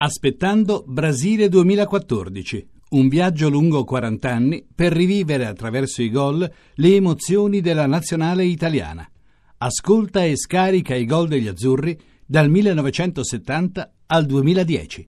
Aspettando Brasile 2014, un viaggio lungo 40 anni per rivivere attraverso i gol le emozioni della nazionale italiana. Ascolta e scarica i gol degli azzurri dal 1970 al 2010.